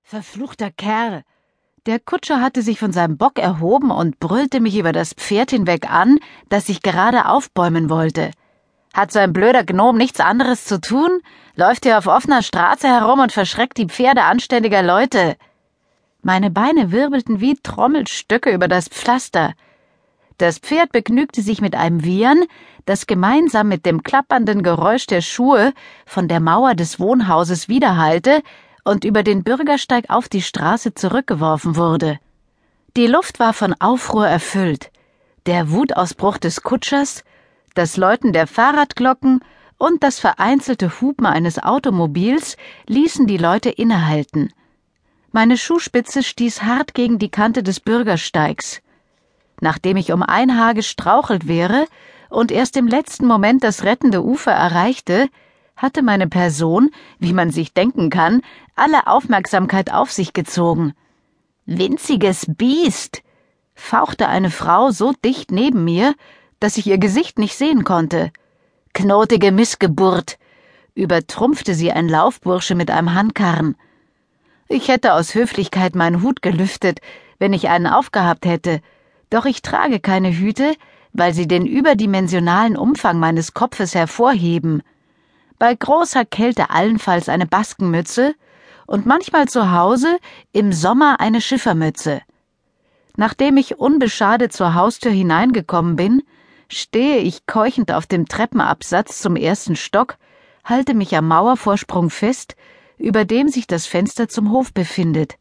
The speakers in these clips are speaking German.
Verfluchter Kerl! Der Kutscher hatte sich von seinem Bock erhoben und brüllte mich über das Pferd hinweg an, das ich gerade aufbäumen wollte. Hat so ein blöder Gnom nichts anderes zu tun? Läuft hier auf offener Straße herum und verschreckt die Pferde anständiger Leute. Meine Beine wirbelten wie Trommelstöcke über das Pflaster. Das Pferd begnügte sich mit einem Wiehern, das gemeinsam mit dem klappernden Geräusch der Schuhe von der Mauer des Wohnhauses widerhallte und über den Bürgersteig auf die Straße zurückgeworfen wurde. Die Luft war von Aufruhr erfüllt. Der Wutausbruch des Kutschers, das Läuten der Fahrradglocken und das vereinzelte Hupen eines Automobils ließen die Leute innehalten. Meine Schuhspitze stieß hart gegen die Kante des Bürgersteigs. Nachdem ich um ein Haar gestrauchelt wäre und erst im letzten Moment das rettende Ufer erreichte, hatte meine Person, wie man sich denken kann, alle Aufmerksamkeit auf sich gezogen. »Winziges Biest«, fauchte eine Frau so dicht neben mir, dass ich ihr Gesicht nicht sehen konnte. »Knotige Missgeburt«, übertrumpfte sie ein Laufbursche mit einem Handkarren. Ich hätte aus Höflichkeit meinen Hut gelüftet, wenn ich einen aufgehabt hätte, doch ich trage keine Hüte, weil sie den überdimensionalen Umfang meines Kopfes hervorheben. Bei großer Kälte allenfalls eine Baskenmütze und manchmal zu Hause im Sommer eine Schiffermütze. Nachdem ich unbeschadet zur Haustür hineingekommen bin, stehe ich keuchend auf dem Treppenabsatz zum ersten Stock, halte mich am Mauervorsprung fest, über dem sich das Fenster zum Hof befindet.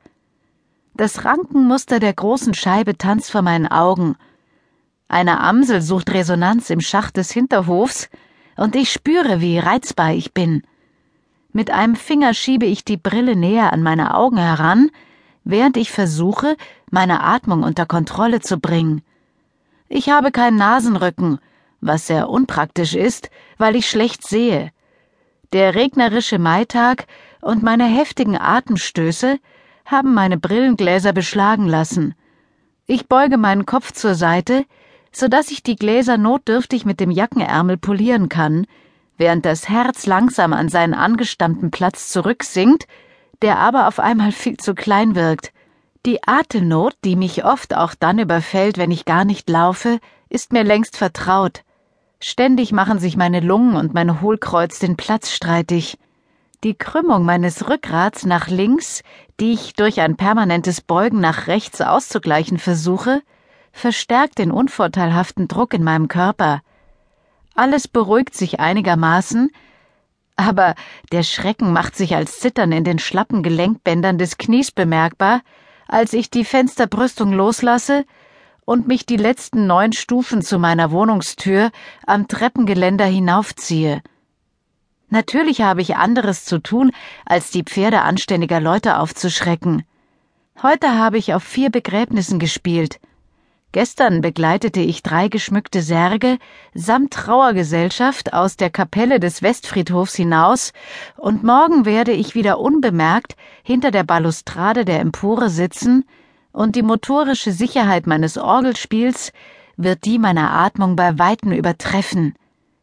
Das Rankenmuster der großen Scheibe tanzt vor meinen Augen. Eine Amsel sucht Resonanz im Schacht des Hinterhofs, und ich spüre, wie reizbar ich bin. Mit einem Finger schiebe ich die Brille näher an meine Augen heran, während ich versuche, meine Atmung unter Kontrolle zu bringen. Ich habe keinen Nasenrücken, was sehr unpraktisch ist, weil ich schlecht sehe. Der regnerische Maitag und meine heftigen Atemstöße haben meine Brillengläser beschlagen lassen. Ich beuge meinen Kopf zur Seite, so dass ich die Gläser notdürftig mit dem Jackenärmel polieren kann, während das Herz langsam an seinen angestammten Platz zurücksinkt, der aber auf einmal viel zu klein wirkt. Die Atemnot, die mich oft auch dann überfällt, wenn ich gar nicht laufe, ist mir längst vertraut. Ständig machen sich meine Lungen und mein Hohlkreuz den Platz streitig. Die Krümmung meines Rückgrats nach links, die ich durch ein permanentes Beugen nach rechts auszugleichen versuche, verstärkt den unvorteilhaften Druck in meinem Körper. Alles beruhigt sich einigermaßen, aber der Schrecken macht sich als Zittern in den schlappen Gelenkbändern des Knies bemerkbar, als ich die Fensterbrüstung loslasse und mich die letzten 9 Stufen zu meiner Wohnungstür am Treppengeländer hinaufziehe. Natürlich habe ich anderes zu tun, als die Pferde anständiger Leute aufzuschrecken. Heute habe ich auf 4 Begräbnissen gespielt. Gestern begleitete ich 3 geschmückte Särge samt Trauergesellschaft aus der Kapelle des Westfriedhofs hinaus, und morgen werde ich wieder unbemerkt hinter der Balustrade der Empore sitzen, und die motorische Sicherheit meines Orgelspiels wird die meiner Atmung bei Weitem übertreffen.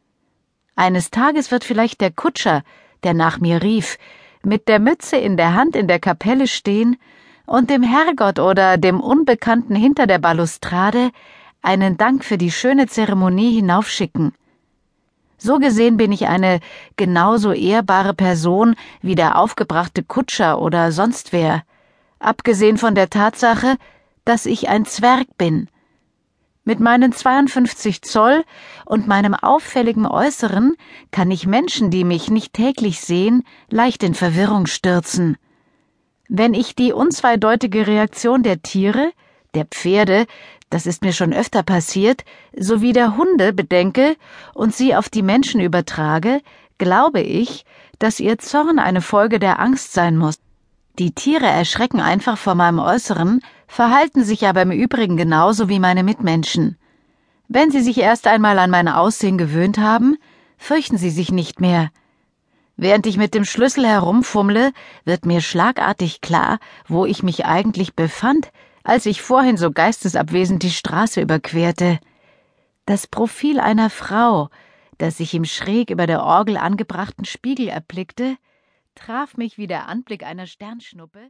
Eines Tages wird vielleicht der Kutscher, der nach mir rief, mit der Mütze in der Hand in der Kapelle stehen und dem Herrgott oder dem Unbekannten hinter der Balustrade einen Dank für die schöne Zeremonie hinaufschicken. So gesehen bin ich eine genauso ehrbare Person wie der aufgebrachte Kutscher oder sonst wer, abgesehen von der Tatsache, dass ich ein Zwerg bin. Mit meinen 52 Zoll und meinem auffälligen Äußeren kann ich Menschen, die mich nicht täglich sehen, leicht in Verwirrung stürzen. Wenn ich die unzweideutige Reaktion der Tiere, der Pferde, das ist mir schon öfter passiert, sowie der Hunde bedenke und sie auf die Menschen übertrage, glaube ich, dass ihr Zorn eine Folge der Angst sein muss. Die Tiere erschrecken einfach vor meinem Äußeren, verhalten sich aber im Übrigen genauso wie meine Mitmenschen. Wenn sie sich erst einmal an mein Aussehen gewöhnt haben, fürchten sie sich nicht mehr. Während ich mit dem Schlüssel herumfummle, wird mir schlagartig klar, wo ich mich eigentlich befand, als ich vorhin so geistesabwesend die Straße überquerte. Das Profil einer Frau, das ich im schräg über der Orgel angebrachten Spiegel erblickte, traf mich wie der Anblick einer Sternschnuppe.